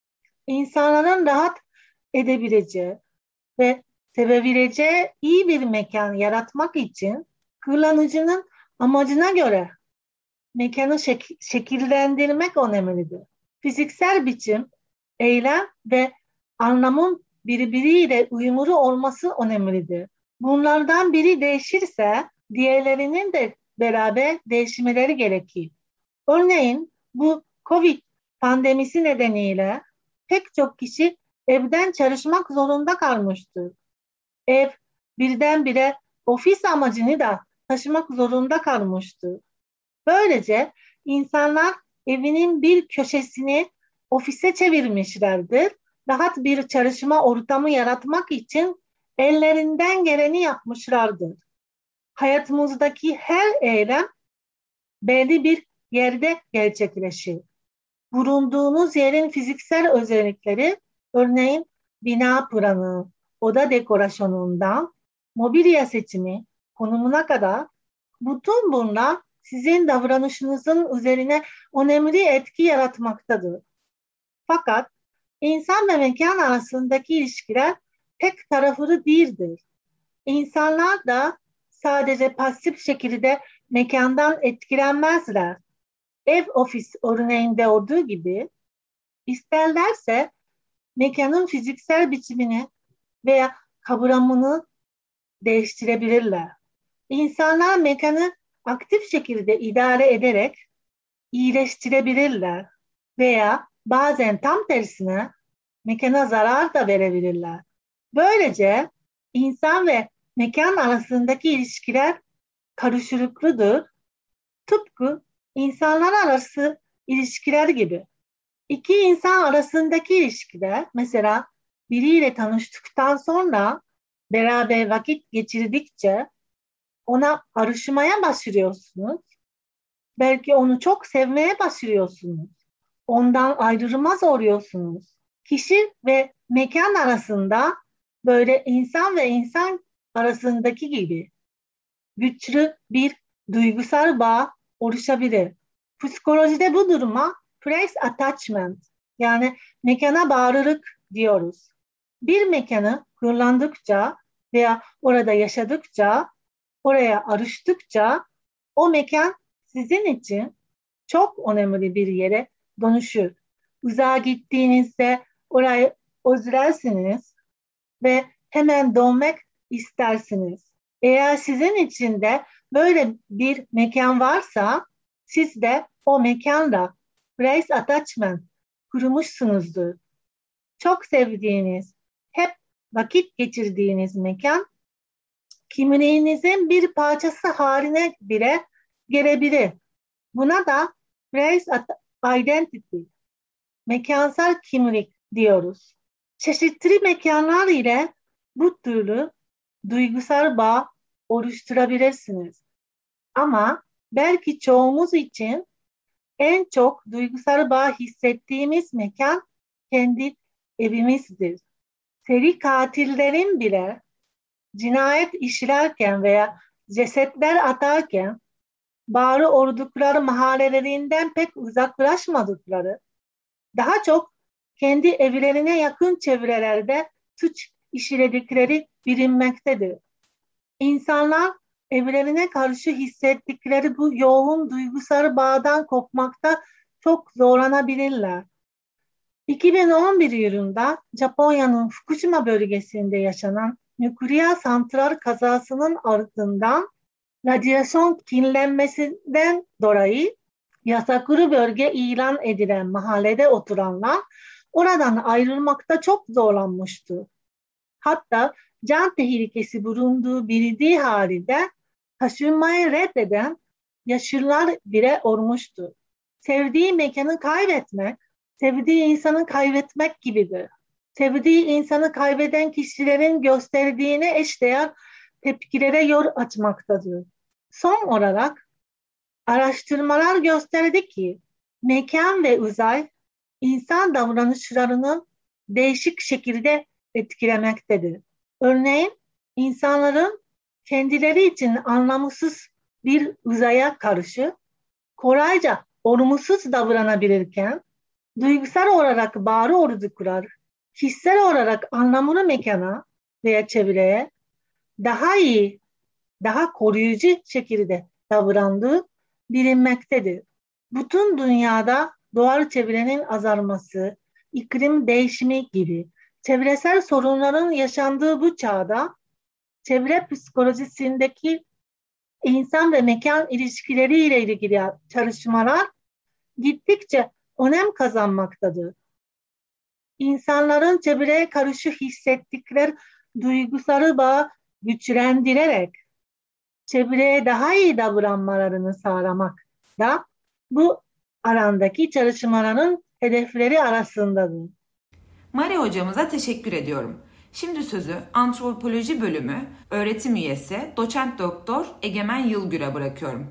insanların rahat edebileceği ve sevebileceği iyi bir mekan yaratmak için kullanıcının amacına göre mekanı şek- şekillendirmek önemlidir. Fiziksel biçim, eylem ve anlamın birbiriyle uyumlu olması önemlidir. Bunlardan biri değişirse diğerlerinin de beraber değişmeleri gerekir. Örneğin bu Covid pandemisi nedeniyle pek çok kişi evden çalışmak zorunda kalmıştır. Ev birdenbire ofis amacını da taşımak zorunda kalmıştır. Böylece insanlar evinin bir köşesini ofise çevirmişlerdir. Rahat bir çalışma ortamı yaratmak için ellerinden geleni yapmışlardır. Hayatımızdaki her eylem belli bir yerde gerçekleşir. Bulunduğunuz yerin fiziksel özellikleri, örneğin bina planı, oda dekorasyonundan, mobilya seçimi, konumuna kadar, bütün bunlar sizin davranışınızın üzerine önemli etki yaratmaktadır. Fakat insan ve mekan arasındaki ilişkiler tek taraflı değildir. İnsanlar da sadece pasif şekilde mekandan etkilenmezler. Ev ofis örneğinde olduğu gibi isterlerse mekanın fiziksel biçimini veya kavramını değiştirebilirler. İnsanlar mekanı aktif şekilde idare ederek iyileştirebilirler veya bazen tam tersine mekana zarar da verebilirler. Böylece insan ve mekan arasındaki ilişkiler karışıklıdır. Tıpkı insanlar arası ilişkiler gibi. İki insan arasındaki ilişkiler, mesela biriyle tanıştıktan sonra beraber vakit geçirdikçe ona alışmaya başlıyorsunuz. Belki onu çok sevmeye başlıyorsunuz. Ondan ayrılmaz oluyorsunuz. Kişi ve mekan arasında böyle insan ve insan arasındaki gibi güçlü bir duygusal bağ oluşabilir. Psikolojide bu duruma place attachment, yani mekana bağlılık diyoruz. Bir mekanı kullandıkça veya orada yaşadıkça, oraya alıştıkça o mekan sizin için çok önemli bir yere dönüşür. Uzağa gittiğinizde orayı özlersiniz ve hemen dönmek istersiniz. Eğer sizin için de böyle bir mekan varsa siz de o mekanda place attachment kurmuşsunuzdur. Çok sevdiğiniz, hep vakit geçirdiğiniz mekan kimliğinizin bir parçası haline bile gelebilir. Buna da place identity, mekansal kimlik diyoruz. Çeşitli mekanlar ile bu türlü duygusal bağ oluşturabilirsiniz. Ama belki çoğumuz için en çok duygusal bağ hissettiğimiz mekan kendi evimizdir. Seri katillerin bile cinayet işlerken veya cesetler atarken bağlı oldukları mahallelerinden pek uzaklaşmadıkları, daha çok kendi evlerine yakın çevrelerde suç işledikleri bilinmektedir. İnsanlar evlerine karşı hissettikleri bu yoğun duygusal bağdan kopmakta çok zorlanabilirler. iki bin on bir yılında Japonya'nın Fukushima bölgesinde yaşanan nükleer santral kazasının ardından radyasyon kirlenmesinden dolayı yasaklı bölge ilan edilen mahallede oturanlar oradan ayrılmakta çok zorlanmıştı. Hatta can tehlikesi bulunduğu bildiği halde taşınmayı reddeden yaşlılar bile olmuştu. Sevdiği mekanı kaybetmek, sevdiği insanı kaybetmek gibidir. Sevdiği insanı kaybeden kişilerin gösterdiğine eşdeğer tepkilere yol açmaktadır. Son olarak araştırmalar gösterdi ki mekan ve uzay insan davranışlarını değişik şekilde etkilemektedir. Örneğin insanların kendileri için anlamsız bir uzaya karşı kolayca olumsuz davranabilirken duygusal olarak bağlı oldukları, hissel olarak anlamını mekana veya çevreye daha iyi, daha koruyucu şekilde davrandığı bilinmektedir. Bütün dünyada doğal çevrenin azalması, iklim değişimi gibi çevresel sorunların yaşandığı bu çağda çevre psikolojisindeki insan ve mekan ilişkileriyle ilgili çalışmalar gittikçe önem kazanmaktadır. İnsanların çevreye karşı hissettikleri duygusal bağı güçlendirerek çevreye daha iyi davranmalarını sağlamak da bu alandaki çalışmaların hedefleri arasındadır. Mari hocamıza teşekkür ediyorum. Şimdi sözü antropoloji bölümü öğretim üyesi doçent doktor Egemen Yılgür'e bırakıyorum.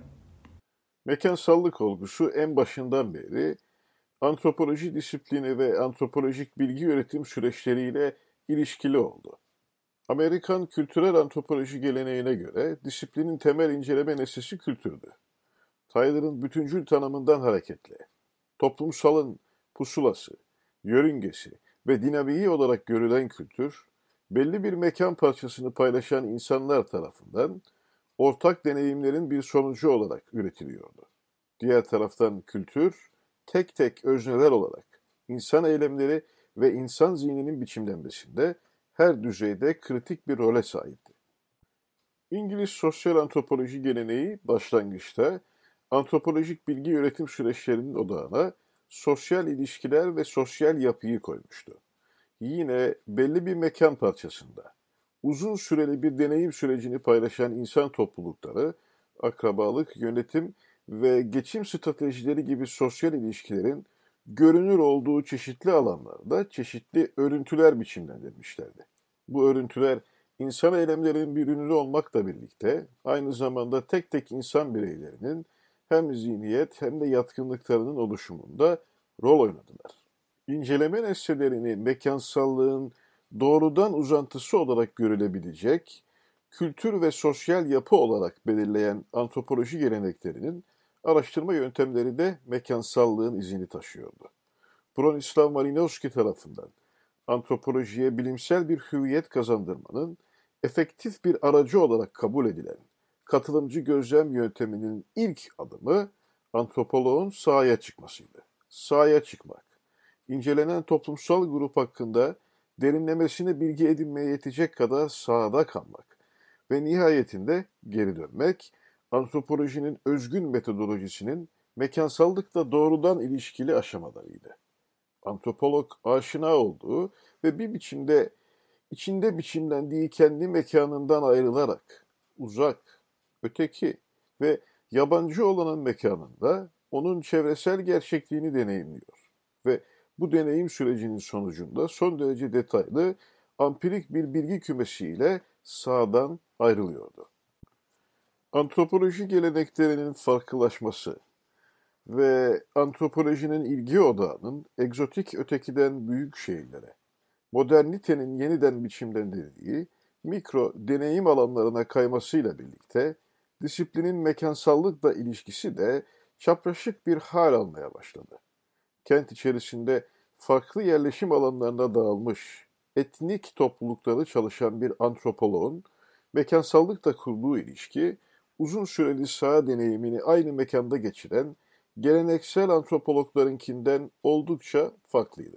Mekansallık olgusu en başından beri antropoloji disiplini ve antropolojik bilgi üretim süreçleriyle ilişkili oldu. Amerikan kültürel antropoloji geleneğine göre disiplinin temel inceleme nesnesi kültürdü. Tyler'ın bütüncül tanımından hareketle toplumsalın pusulası, yörüngesi ve dinamiği olarak görülen kültür, belli bir mekan parçasını paylaşan insanlar tarafından ortak deneyimlerin bir sonucu olarak üretiliyordu. Diğer taraftan kültür, tek tek özneler olarak insan eylemleri ve insan zihninin biçimlenmesinde her düzeyde kritik bir role sahipti. İngiliz sosyal antropoloji geleneği başlangıçta antropolojik bilgi üretim süreçlerinin odağına sosyal ilişkiler ve sosyal yapıyı koymuştu. Yine belli bir mekan parçasında uzun süreli bir deneyim sürecini paylaşan insan toplulukları, akrabalık, yönetim ve geçim stratejileri gibi sosyal ilişkilerin görünür olduğu çeşitli alanlarda çeşitli örüntüler biçimlendirmişlerdi. Bu örüntüler insan eylemlerinin bir ürünü olmakla birlikte aynı zamanda tek tek insan bireylerinin hem zihniyet hem de yatkınlıklarının oluşumunda rol oynadılar. İnceleme nesnelerini mekansallığın doğrudan uzantısı olarak görülebilecek, kültür ve sosyal yapı olarak belirleyen antropoloji geleneklerinin araştırma yöntemleri de mekansallığın izini taşıyordu. Bronislaw Malinowski tarafından antropolojiye bilimsel bir hüviyet kazandırmanın efektif bir aracı olarak kabul edilen katılımcı gözlem yönteminin ilk adımı antropoloğun sahaya çıkmasıydı. Sahaya çıkmak, incelenen toplumsal grup hakkında derinlemesine bilgi edinmeye yetecek kadar sahada kalmak ve nihayetinde geri dönmek, antropolojinin özgün metodolojisinin mekansallıkla doğrudan ilişkili aşamalarıydı. Antropolog aşina olduğu ve bir biçimde içinde biçimlendiği kendi mekanından ayrılarak uzak, öteki ve yabancı olanın mekanında onun çevresel gerçekliğini deneyimliyor ve bu deneyim sürecinin sonucunda son derece detaylı, ampirik bir bilgi kümesiyle sahadan ayrılıyordu. Antropoloji geleneklerinin farklılaşması ve antropolojinin ilgi odağının egzotik ötekiden büyük şehirlere, modernitenin yeniden biçimlendirildiği mikro deneyim alanlarına kaymasıyla birlikte disiplinin mekansallıkla ilişkisi de çapraşık bir hal almaya başladı. Kent içerisinde farklı yerleşim alanlarına dağılmış etnik toplulukları çalışan bir antropoloğun mekansallıkla kurduğu ilişki, uzun süreli saha deneyimini aynı mekanda geçiren geleneksel antropologlarınkinden oldukça farklıydı.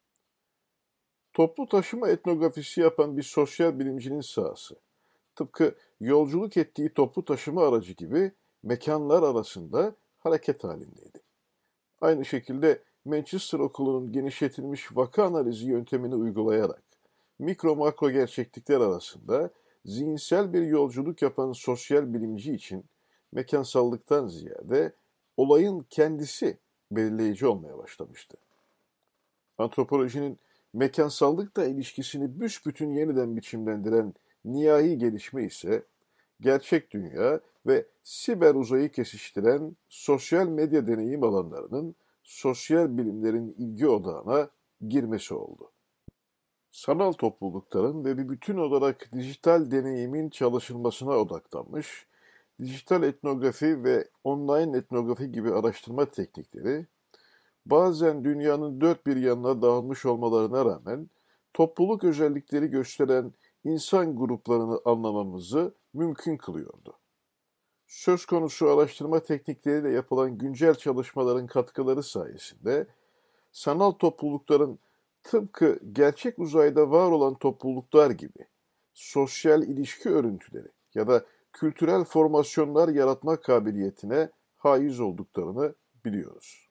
Toplu taşıma etnografisi yapan bir sosyal bilimcinin sahası, tıpkı yolculuk ettiği toplu taşıma aracı gibi mekanlar arasında hareket halindeydi. Aynı şekilde Manchester Okulu'nun genişletilmiş vaka analizi yöntemini uygulayarak mikro makro gerçeklikler arasında zihinsel bir yolculuk yapan sosyal bilimci için mekansallıktan ziyade olayın kendisi belirleyici olmaya başlamıştı. Antropolojinin mekansallıkla ilişkisini büsbütün yeniden biçimlendiren nihai gelişme ise gerçek dünya ve siber uzayı kesiştiren sosyal medya deneyim alanlarının sosyal bilimlerin ilgi odağına girmesi oldu. Sanal toplulukların ve bir bütün olarak dijital deneyimin çalışılmasına odaklanmış, dijital etnografi ve online etnografi gibi araştırma teknikleri, bazen dünyanın dört bir yanına dağılmış olmalarına rağmen topluluk özellikleri gösteren insan gruplarını anlamamızı mümkün kılıyordu. Söz konusu araştırma teknikleriyle yapılan güncel çalışmaların katkıları sayesinde sanal toplulukların tıpkı gerçek uzayda var olan topluluklar gibi sosyal ilişki örüntüleri ya da kültürel formasyonlar yaratma kabiliyetine haiz olduklarını biliyoruz.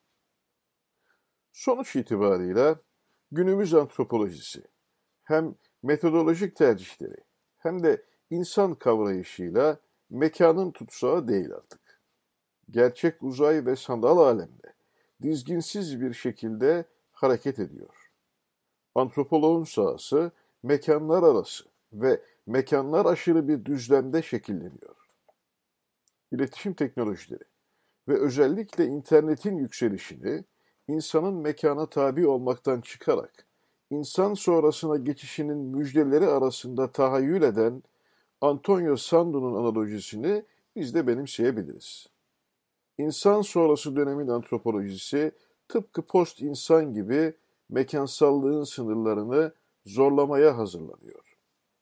Sonuç itibarıyla günümüz antropolojisi hem metodolojik tercihleri hem de insan kavrayışıyla mekanın tutsağı değil artık. Gerçek uzay ve sanal alemde dizginsiz bir şekilde hareket ediyor. Antropoloğun sahası mekanlar arası ve mekanlar aşırı bir düzlemde şekilleniyor. İletişim teknolojileri ve özellikle internetin yükselişini insanın mekana tabi olmaktan çıkarak insan sonrasına geçişinin müjdeleri arasında tahayyül eden Antonio Sando'nun analojisini biz de benimseyebiliriz. İnsan sonrası dönemin antropolojisi tıpkı post-insan gibi mekansallığın sınırlarını zorlamaya hazırlanıyor.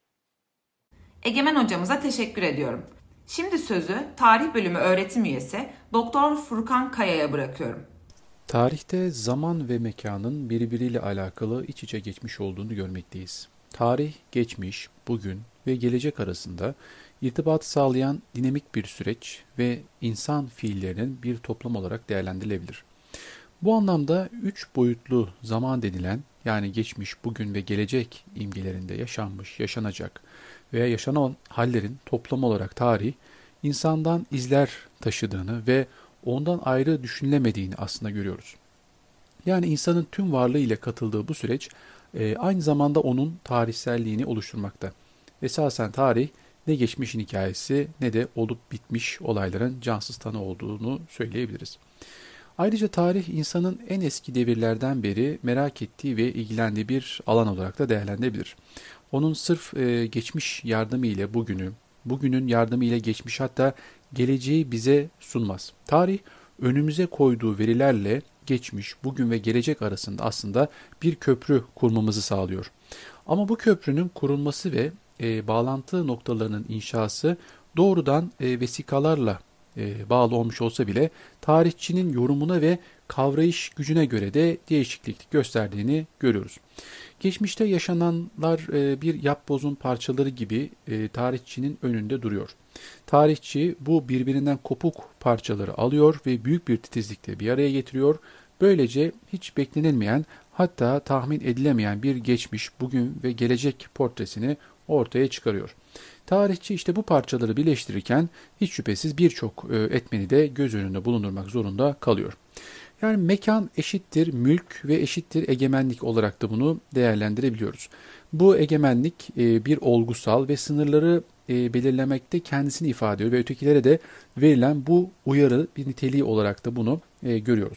Egemen hocamıza teşekkür ediyorum. Şimdi sözü tarih bölümü öğretim üyesi Doktor Furkan Kaya'ya bırakıyorum. Tarihte zaman ve mekanın birbiriyle alakalı iç içe geçmiş olduğunu görmekteyiz. Tarih, geçmiş, bugün ve gelecek arasında irtibatı sağlayan dinamik bir süreç ve insan fiillerinin bir toplam olarak değerlendirilebilir. Bu anlamda üç boyutlu zaman denilen, yani geçmiş, bugün ve gelecek imgelerinde yaşanmış, yaşanacak veya yaşanan hallerin toplamı olarak tarih, insandan izler taşıdığını ve ondan ayrı düşünülemediğini aslında görüyoruz. Yani insanın tüm varlığı ile katıldığı bu süreç e, aynı zamanda onun tarihselliğini oluşturmakta. Esasen tarih ne geçmişin hikayesi ne de olup bitmiş olayların cansız tanı olduğunu söyleyebiliriz. Ayrıca tarih insanın en eski devirlerden beri merak ettiği ve ilgilendiği bir alan olarak da değerlendirilebilir. Onun sırf e, geçmiş yardımı ile bugünü, bugünün yardımı ile geçmiş hatta geleceği bize sunmaz. Tarih önümüze koyduğu verilerle geçmiş, bugün ve gelecek arasında aslında bir köprü kurmamızı sağlıyor. Ama bu köprünün kurulması ve e, bağlantı noktalarının inşası doğrudan e, vesikalarla e, bağlı olmuş olsa bile tarihçinin yorumuna ve kavrayış gücüne göre de değişiklik gösterdiğini görüyoruz. Geçmişte yaşananlar e, bir yapbozun parçaları gibi e, tarihçinin önünde duruyor. Tarihçi bu birbirinden kopuk parçaları alıyor ve büyük bir titizlikle bir araya getiriyor. Böylece hiç beklenilmeyen, hatta tahmin edilemeyen bir geçmiş, bugün ve gelecek portresini ortaya çıkarıyor. Tarihçi işte bu parçaları birleştirirken hiç şüphesiz birçok e, etmeni de göz önünde bulundurmak zorunda kalıyor. Yani mekan eşittir mülk ve eşittir egemenlik olarak da bunu değerlendirebiliyoruz. Bu egemenlik e, bir olgusal ve sınırları e, belirlemekte kendisini ifade ediyor ve ötekilere de verilen bu uyarı bir niteliği olarak da bunu e, görüyoruz.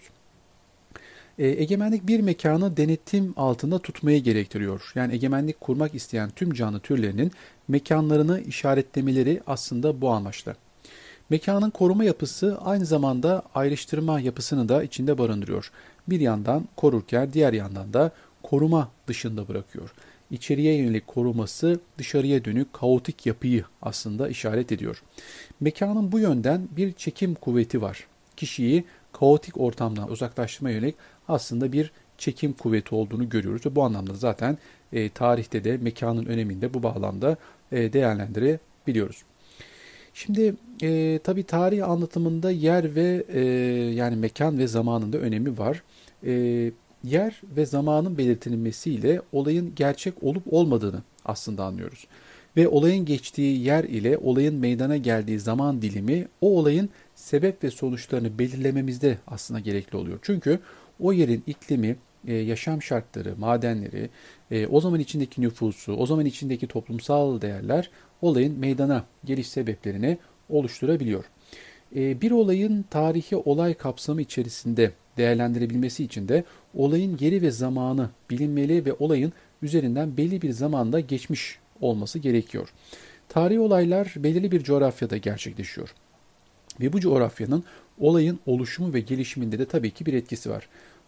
E, egemenlik bir mekanı denetim altında tutmayı gerektiriyor. Yani egemenlik kurmak isteyen tüm canlı türlerinin mekanlarını işaretlemeleri aslında bu amaçla. Mekanın koruma yapısı aynı zamanda ayrıştırma yapısını da içinde barındırıyor. Bir yandan korurken diğer yandan da koruma dışında bırakıyor. İçeriye yönelik koruması dışarıya dönük kaotik yapıyı aslında işaret ediyor. Mekanın bu yönden bir çekim kuvveti var. Kişiyi kaotik ortamdan uzaklaştırmaya yönelik aslında bir çekim kuvveti olduğunu görüyoruz ve bu anlamda zaten e, tarihte de mekanın öneminde bu bağlamda e, değerlendirebiliyoruz. Şimdi e, tabii tarih anlatımında yer ve e, yani mekan ve zamanın da önemi var. E, yer ve zamanın belirtilmesiyle olayın gerçek olup olmadığını aslında anlıyoruz. Ve olayın geçtiği yer ile olayın meydana geldiği zaman dilimi o olayın sebep ve sonuçlarını belirlememizde aslında gerekli oluyor. Çünkü o yerin iklimi, e, yaşam şartları, madenleri, e, o zaman içindeki nüfusu, o zaman içindeki toplumsal değerler olayın meydana geliş sebeplerini oluşturabiliyor. E, bir olayın tarihi olay kapsamı içerisinde değerlendirebilmesi için de olayın yeri ve zamanı bilinmeli ve olayın üzerinden belli bir zamanda geçmiş olması gerekiyor. Tarihi olaylar belirli bir coğrafyada gerçekleşiyor. Ve bu coğrafyanın olayın oluşumu ve gelişiminde de tabii ki bir etkisi var.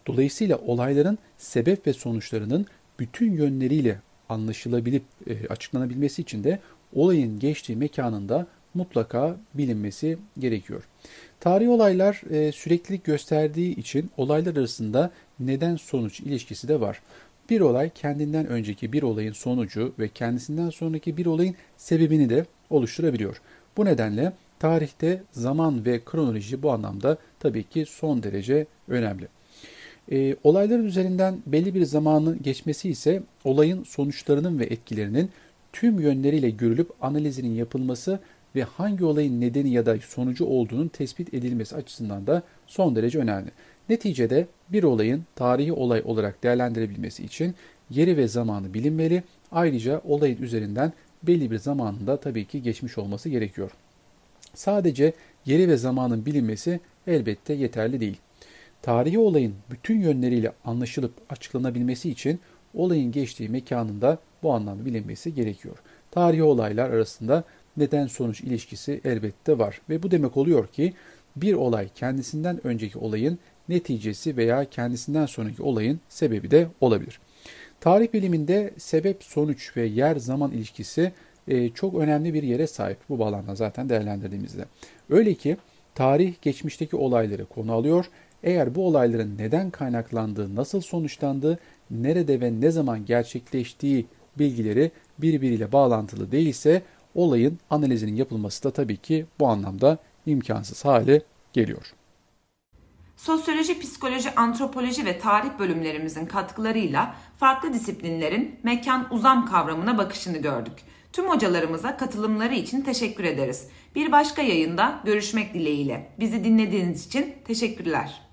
Dolayısıyla olayların sebep ve sonuçlarının bütün yönleriyle anlaşılabilip e, açıklanabilmesi için de olayın geçtiği mekanında mutlaka bilinmesi gerekiyor. Tarihi olaylar e, süreklilik gösterdiği için olaylar arasında neden-sonuç ilişkisi de var. Bir olay kendinden önceki bir olayın sonucu ve kendisinden sonraki bir olayın sebebini de oluşturabiliyor. Bu nedenle tarihte zaman ve kronoloji bu anlamda tabii ki son derece önemli. E, olayların üzerinden belli bir zamanın geçmesi ise olayın sonuçlarının ve etkilerinin tüm yönleriyle görülüp analizinin yapılması ve hangi olayın nedeni ya da sonucu olduğunun tespit edilmesi açısından da son derece önemli. Neticede bir olayın tarihi olay olarak değerlendirebilmesi için yeri ve zamanı bilinmeli. Ayrıca olayın üzerinden belli bir zamanında tabii ki geçmiş olması gerekiyor. Sadece yeri ve zamanın bilinmesi elbette yeterli değil. Tarihi olayın bütün yönleriyle anlaşılıp açıklanabilmesi için olayın geçtiği mekanında bu anlamda bilinmesi gerekiyor. Tarihi olaylar arasında neden-sonuç ilişkisi elbette var ve bu demek oluyor ki bir olay kendisinden önceki olayın neticesi veya kendisinden sonraki olayın sebebi de olabilir. Tarih biliminde sebep-sonuç ve yer-zaman ilişkisi e, çok önemli bir yere sahip bu bağlamda zaten değerlendirdiğimizde. Öyle ki tarih geçmişteki olayları konu alıyor. Eğer bu olayların neden kaynaklandığı, nasıl sonuçlandığı, nerede ve ne zaman gerçekleştiği bilgileri birbiriyle bağlantılı değilse olayın analizinin yapılması da tabii ki bu anlamda imkansız hale geliyor. Sosyoloji, psikoloji, antropoloji ve tarih bölümlerimizin katkılarıyla farklı disiplinlerin mekan-uzam kavramına bakışını gördük. Tüm hocalarımıza katılımları için teşekkür ederiz. Bir başka yayında görüşmek dileğiyle. Bizi dinlediğiniz için teşekkürler.